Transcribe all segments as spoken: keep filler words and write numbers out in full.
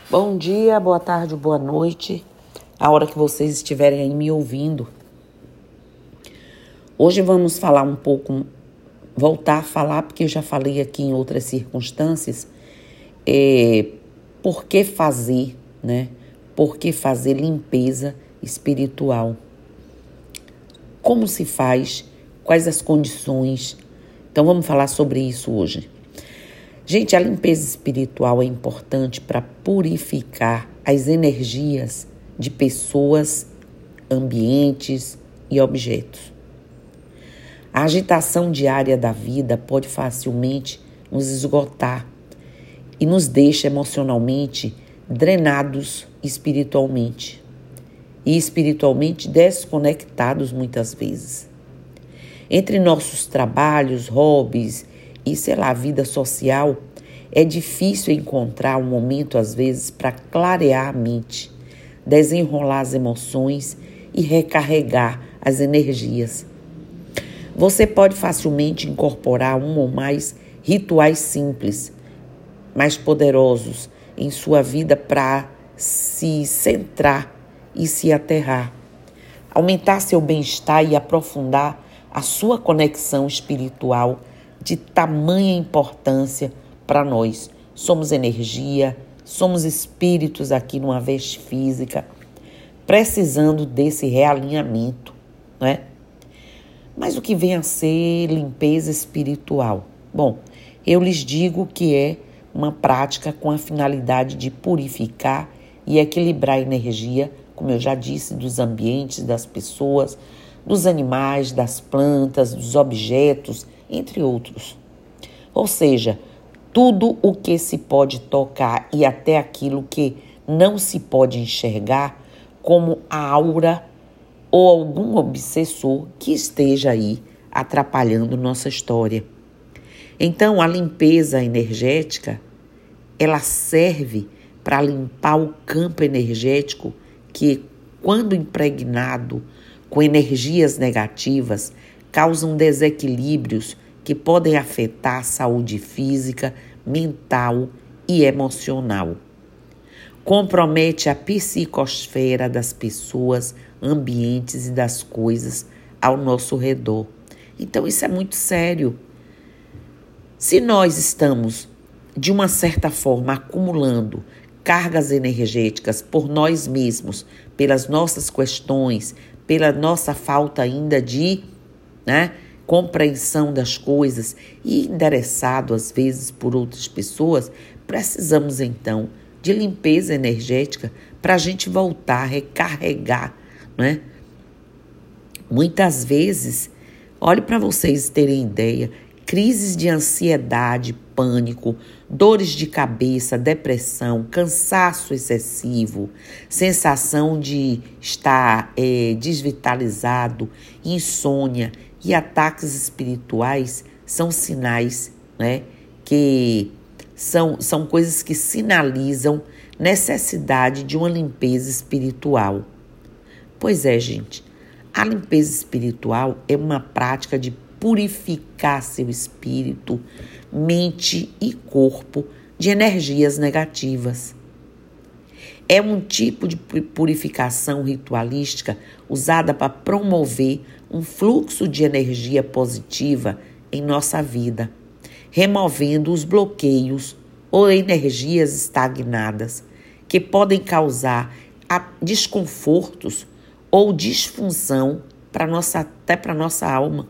Bom dia, boa tarde, boa noite, a hora que vocês estiverem aí me ouvindo. Hoje vamos falar um pouco, voltar a falar, porque eu já falei aqui em outras circunstâncias, é, por que fazer, né? Por que fazer limpeza espiritual? Como se faz? Quais as condições? Então vamos falar sobre isso hoje. Gente, a limpeza espiritual é importante para purificar as energias de pessoas, ambientes e objetos. A agitação diária da vida pode facilmente nos esgotar e nos deixa emocionalmente drenados espiritualmente e espiritualmente desconectados muitas vezes. Entre nossos trabalhos, hobbies e, sei lá, vida social, é difícil encontrar um momento, às vezes, para clarear a mente, desenrolar as emoções e recarregar as energias. Você pode facilmente incorporar um ou mais rituais simples, mais poderosos em sua vida para se centrar e se aterrar, aumentar seu bem-estar e aprofundar a sua conexão espiritual de tamanha importância para nós. Somos energia, somos espíritos aqui numa veste física, precisando desse realinhamento, não é? Mas o que vem a ser limpeza espiritual? Bom, eu lhes digo que é uma prática com a finalidade de purificar e equilibrar a energia, como eu já disse, dos ambientes, das pessoas, dos animais, das plantas, dos objetos, entre outros. Ou seja, tudo o que se pode tocar e até aquilo que não se pode enxergar, como a aura ou algum obsessor que esteja aí atrapalhando nossa história. Então, a limpeza energética, ela serve para limpar o campo energético que, quando impregnado com energias negativas, causam desequilíbrios que podem afetar a saúde física, mental e emocional. Compromete a psicosfera das pessoas, ambientes e das coisas ao nosso redor. Então isso é muito sério. Se nós estamos, de uma certa forma, acumulando cargas energéticas por nós mesmos, pelas nossas questões, pela nossa falta ainda de, né, compreensão das coisas e endereçado às vezes por outras pessoas, precisamos então de limpeza energética para a gente voltar a recarregar, né? Muitas vezes, olhe para vocês terem ideia, crises de ansiedade, pânico, dores de cabeça, depressão, cansaço excessivo, sensação de estar é, desvitalizado, insônia e ataques espirituais são sinais, né, que são, são coisas que sinalizam necessidade de uma limpeza espiritual. Pois é, gente, a limpeza espiritual é uma prática de purificar seu espírito, mente e corpo de energias negativas. É um tipo de purificação ritualística usada para promover um fluxo de energia positiva em nossa vida, removendo os bloqueios ou energias estagnadas que podem causar desconfortos ou disfunção para nossa, até para nossa alma.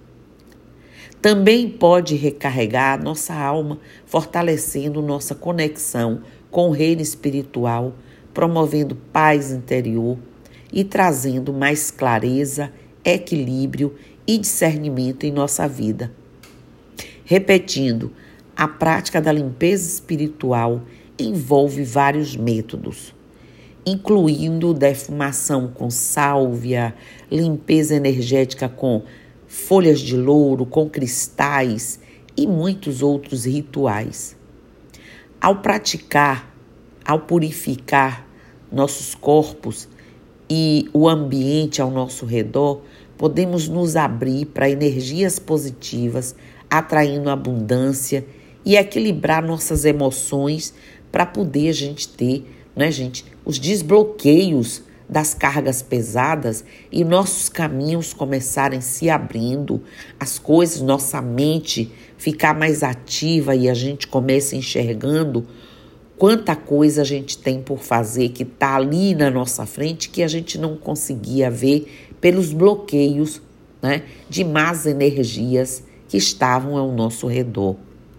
Também pode recarregar a nossa alma, fortalecendo nossa conexão com o reino espiritual, promovendo paz interior e trazendo mais clareza, equilíbrio e discernimento em nossa vida. Repetindo, a prática da limpeza espiritual envolve vários métodos, incluindo defumação com sálvia, limpeza energética com folhas de louro, com cristais e muitos outros rituais. Ao praticar, ao purificar nossos corpos e o ambiente ao nosso redor, podemos nos abrir para energias positivas, atraindo abundância e equilibrar nossas emoções para poder a gente ter, né, gente, os desbloqueios das cargas pesadas e nossos caminhos começarem se abrindo, as coisas, nossa mente ficar mais ativa e a gente começa enxergando quanta coisa a gente tem por fazer que está ali na nossa frente que a gente não conseguia ver pelos bloqueios, né, de más energias que estavam ao nosso redor.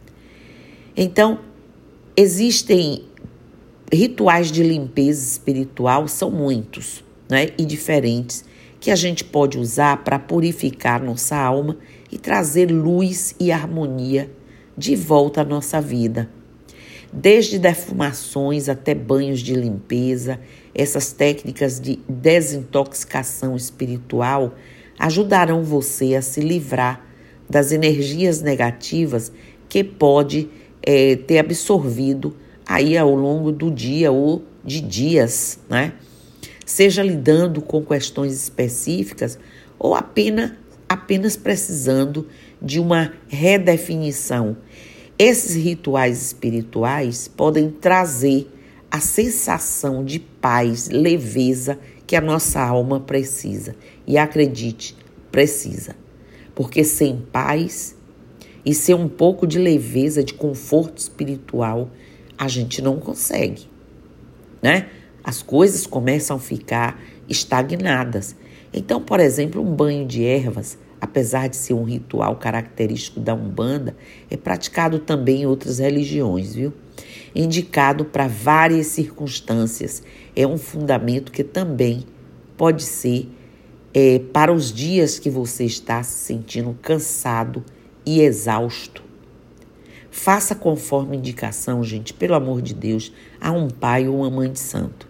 Então, existem rituais de limpeza espiritual, são muitos, né, e diferentes, que a gente pode usar para purificar nossa alma e trazer luz e harmonia de volta à nossa vida. Desde defumações até banhos de limpeza, essas técnicas de desintoxicação espiritual ajudarão você a se livrar das energias negativas que pode é, ter absorvido aí ao longo do dia ou de dias, né? Seja lidando com questões específicas ou apenas, apenas precisando de uma redefinição. Esses rituais espirituais podem trazer a sensação de paz, leveza que a nossa alma precisa. E acredite, precisa. Porque sem paz e sem um pouco de leveza, de conforto espiritual, a gente não consegue, né? As coisas começam a ficar estagnadas. Então, por exemplo, um banho de ervas, apesar de ser um ritual característico da Umbanda, é praticado também em outras religiões, viu? Indicado para várias circunstâncias. É um fundamento que também pode ser é, para os dias que você está se sentindo cansado e exausto. Faça conforme indicação, gente, pelo amor de Deus, a um pai ou uma mãe de santo.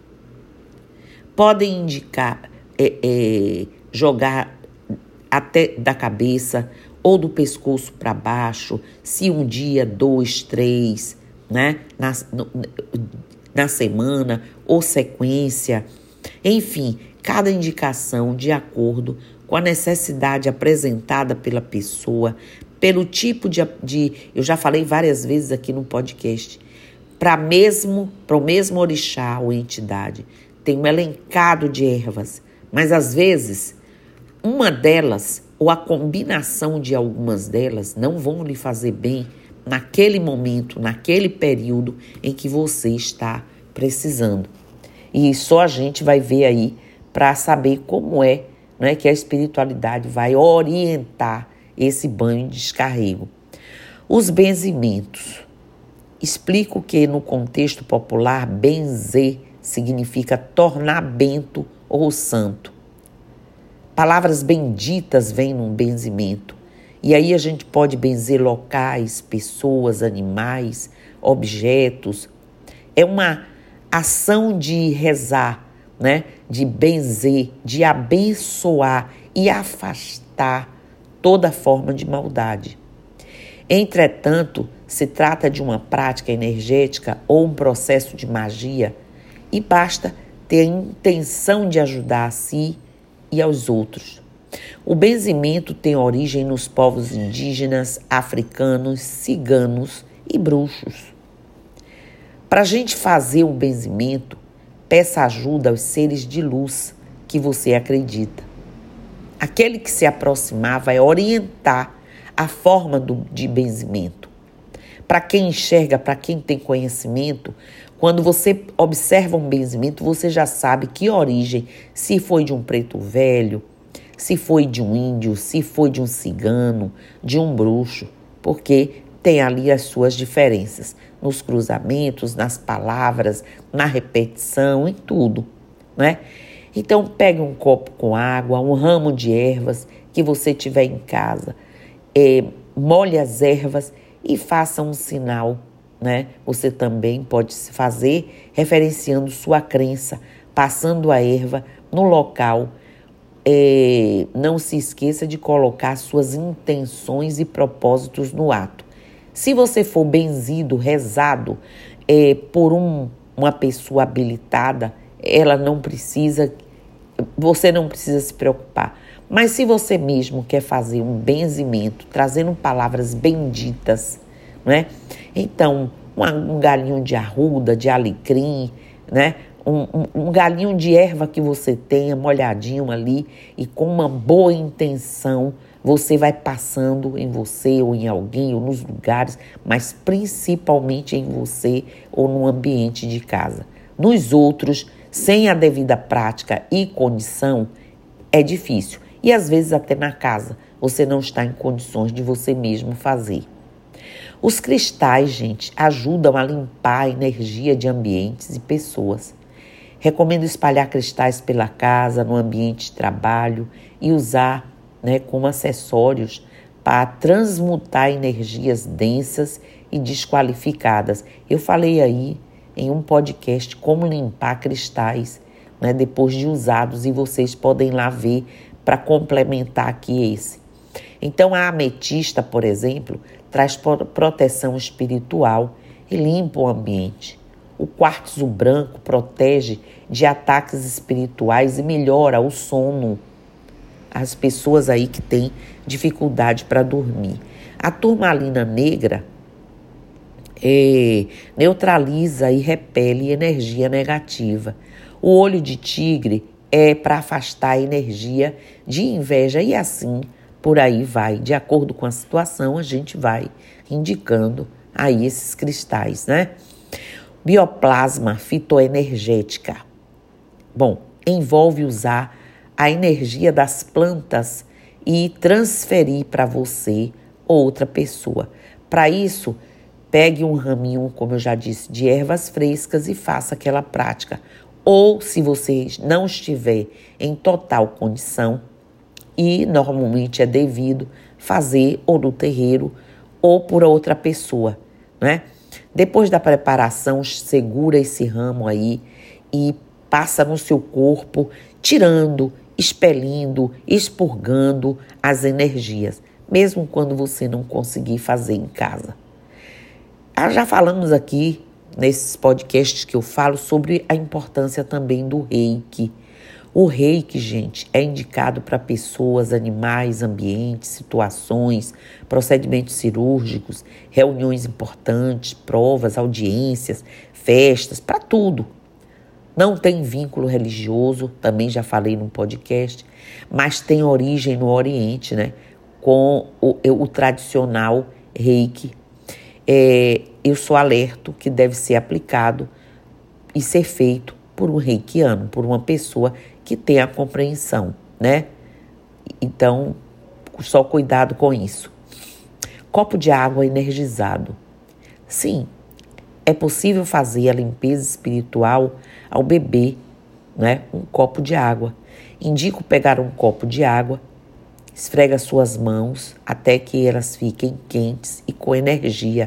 Podem indicar, é, é, jogar até da cabeça ou do pescoço para baixo, se um dia, dois, três, né, na, no, na semana ou sequência. Enfim, cada indicação de acordo com a necessidade apresentada pela pessoa, pelo tipo de, de eu já falei várias vezes aqui no podcast, para mesmo, para o mesmo orixá ou entidade, tem um elencado de ervas, mas às vezes uma delas ou a combinação de algumas delas não vão lhe fazer bem naquele momento, naquele período em que você está precisando. E só a gente vai ver aí para saber como é, né, que a espiritualidade vai orientar esse banho de descarrego. Os benzimentos. Explico que no contexto popular, benzer significa tornar bento ou santo. Palavras benditas vêm num benzimento. E aí a gente pode benzer locais, pessoas, animais, objetos. É uma ação de rezar, né? De benzer, de abençoar e afastar toda forma de maldade. Entretanto, se trata de uma prática energética ou um processo de magia e basta ter a intenção de ajudar a si e aos outros. O benzimento tem origem nos povos indígenas, africanos, ciganos e bruxos. Para a gente fazer o benzimento, peça ajuda aos seres de luz que você acredita. Aquele que se aproximar vai orientar a forma do, de benzimento. Para quem enxerga, para quem tem conhecimento, quando você observa um benzimento, você já sabe que origem, se foi de um preto velho, se foi de um índio, se foi de um cigano, de um bruxo, porque tem ali as suas diferenças, nos cruzamentos, nas palavras, na repetição, em tudo, né? Então, pegue um copo com água, um ramo de ervas que você tiver em casa, é, molhe as ervas e faça um sinal, né? Você também pode fazer referenciando sua crença, passando a erva no local. É, não se esqueça de colocar suas intenções e propósitos no ato. Se você for benzido, rezado é, por um, uma pessoa habilitada, ela não precisa, você não precisa se preocupar. Mas se você mesmo quer fazer um benzimento, trazendo palavras benditas, não é? Então, um galinho de arruda, de alecrim, né? Um, um, um galinho de erva que você tenha molhadinho ali e com uma boa intenção, você vai passando em você ou em alguém ou nos lugares, mas principalmente em você ou no ambiente de casa. Nos outros, sem a devida prática e condição, é difícil. E às vezes até na casa, você não está em condições de você mesmo fazer. Os cristais, gente, ajudam a limpar a energia de ambientes e pessoas. Recomendo espalhar cristais pela casa, no ambiente de trabalho e usar, né, como acessórios para transmutar energias densas e desqualificadas. Eu falei aí em um podcast como limpar cristais, né, depois de usados, e vocês podem lá ver para complementar aqui esse. Então a ametista, por exemplo, traz proteção espiritual e limpa o ambiente. O quartzo branco protege de ataques espirituais e melhora o sono. As pessoas aí que têm dificuldade para dormir. A turmalina negra é, neutraliza e repele energia negativa. O olho de tigre é para afastar a energia de inveja e assim por aí vai. De acordo com a situação, a gente vai indicando aí esses cristais, né? Bioplasma fitoenergética. Bom, envolve usar a energia das plantas e transferir para você outra pessoa. Para isso, pegue um raminho, como eu já disse, de ervas frescas e faça aquela prática. Ou, se você não estiver em total condição, e normalmente é devido fazer ou no terreiro ou por outra pessoa, né? Depois da preparação, segura esse ramo aí e passa no seu corpo, tirando, expelindo, expurgando as energias, mesmo quando você não conseguir fazer em casa. Ah, já falamos aqui, nesses podcasts que eu falo, sobre a importância também do reiki. O reiki, gente, é indicado para pessoas, animais, ambientes, situações, procedimentos cirúrgicos, reuniões importantes, provas, audiências, festas, para tudo. Não tem vínculo religioso, também já falei num podcast, mas tem origem no Oriente, né? Com o, o tradicional reiki. É, eu sou alerto que deve ser aplicado e ser feito por um reikiano, por uma pessoa que tem a compreensão, né? Então, só cuidado com isso. Copo de água energizado. Sim, é possível fazer a limpeza espiritual ao beber, né, um copo de água. Indico pegar um copo de água, esfrega suas mãos até que elas fiquem quentes e com energia.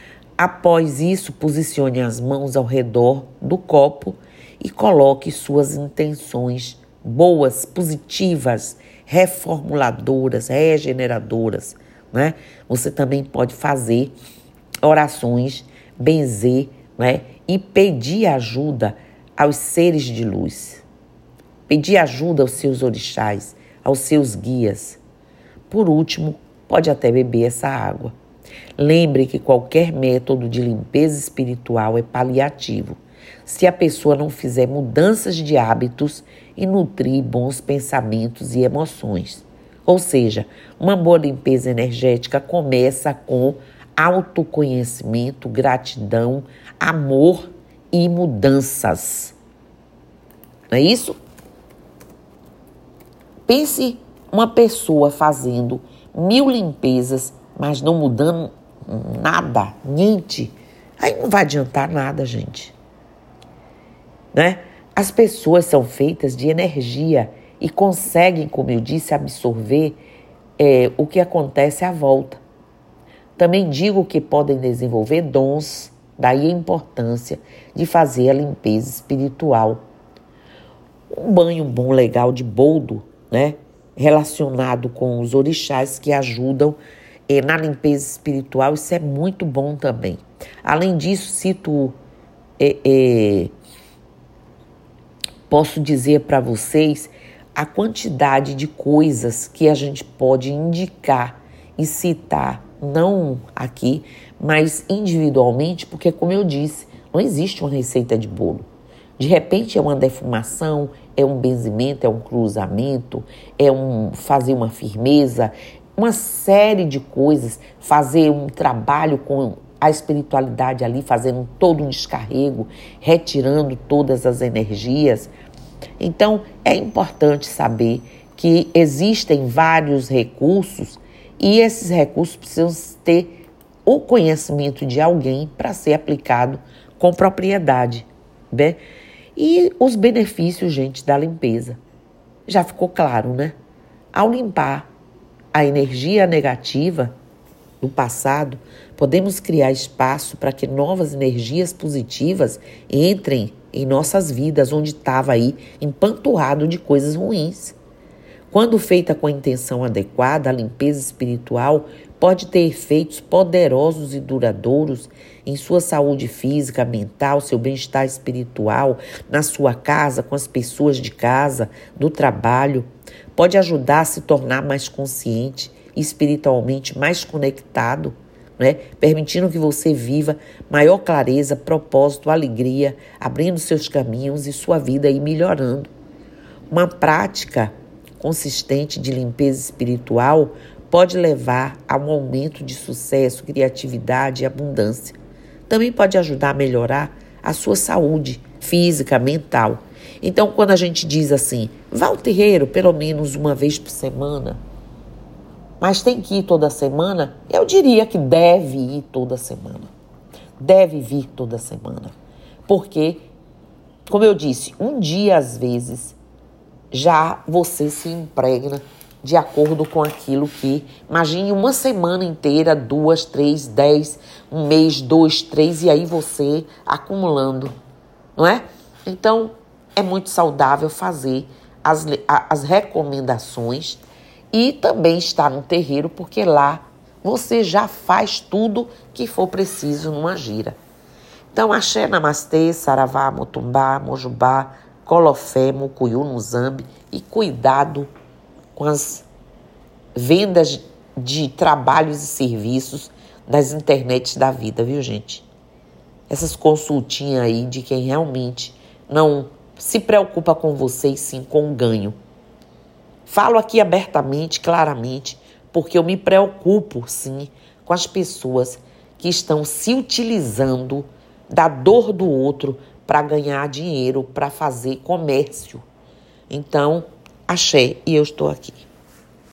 Após isso, posicione as mãos ao redor do copo e coloque suas intenções boas, positivas, reformuladoras, regeneradoras, né? Você também pode fazer orações, benzer, né? E pedir ajuda aos seres de luz. Pedir ajuda aos seus orixás, aos seus guias. Por último, pode até beber essa água. Lembre que qualquer método de limpeza espiritual é paliativo, se a pessoa não fizer mudanças de hábitos e nutrir bons pensamentos e emoções. Ou seja, uma boa limpeza energética começa com autoconhecimento, gratidão, amor e mudanças. Não é isso? Pense uma pessoa fazendo mil limpezas, mas não mudando nada, niente. Aí não vai adiantar nada, gente. Né? As pessoas são feitas de energia e conseguem, como eu disse, absorver é, o que acontece à volta. Também digo que podem desenvolver dons, daí a importância de fazer a limpeza espiritual. Um banho bom, legal de boldo, né? Relacionado com os orixás que ajudam é, na limpeza espiritual, isso é muito bom também. Além disso, cito... É, é, Posso dizer para vocês a quantidade de coisas que a gente pode indicar e citar, não aqui, mas individualmente, porque, como eu disse, não existe uma receita de bolo. De repente é uma defumação, é um benzimento, é um cruzamento, é um fazer uma firmeza, uma série de coisas, fazer um trabalho com a espiritualidade ali, fazendo todo um descarrego, retirando todas as energias. Então, é importante saber que existem vários recursos e esses recursos precisam ter o conhecimento de alguém para ser aplicado com propriedade, né? E os benefícios, gente, da limpeza. Já ficou claro, né? Ao limpar a energia negativa do passado, podemos criar espaço para que novas energias positivas entrem em nossas vidas, onde estava aí empanturrado de coisas ruins. Quando feita com a intenção adequada, a limpeza espiritual pode ter efeitos poderosos e duradouros em sua saúde física, mental, seu bem-estar espiritual, na sua casa, com as pessoas de casa, do trabalho. Pode ajudar a se tornar mais consciente e espiritualmente mais conectado, né? Permitindo que você viva maior clareza, propósito, alegria, abrindo seus caminhos e sua vida e melhorando. Uma prática consistente de limpeza espiritual pode levar a um aumento de sucesso, criatividade e abundância. Também pode ajudar a melhorar a sua saúde física, mental. Então, quando a gente diz assim, vá ao terreiro pelo menos uma vez por semana, mas tem que ir toda semana, eu diria que deve ir toda semana. Deve vir toda semana. Porque, como eu disse, um dia às vezes já você se impregna de acordo com aquilo que... Imagine uma semana inteira, duas, três, dez, um mês, dois, três, e aí você acumulando, não é? Então, é muito saudável fazer as, as recomendações e também estar no terreiro, porque lá você já faz tudo que for preciso numa gira. Então, axé, namastê, saravá, motumbá, mojubá, colofé, mucuyu, nuzambe, e cuidado com as vendas de trabalhos e serviços das internets da vida, viu, gente? Essas consultinhas aí de quem realmente não se preocupa com você e sim com o ganho. Falo aqui abertamente, claramente, porque eu me preocupo, sim, com as pessoas que estão se utilizando da dor do outro para ganhar dinheiro, para fazer comércio. Então, axé, e eu estou aqui.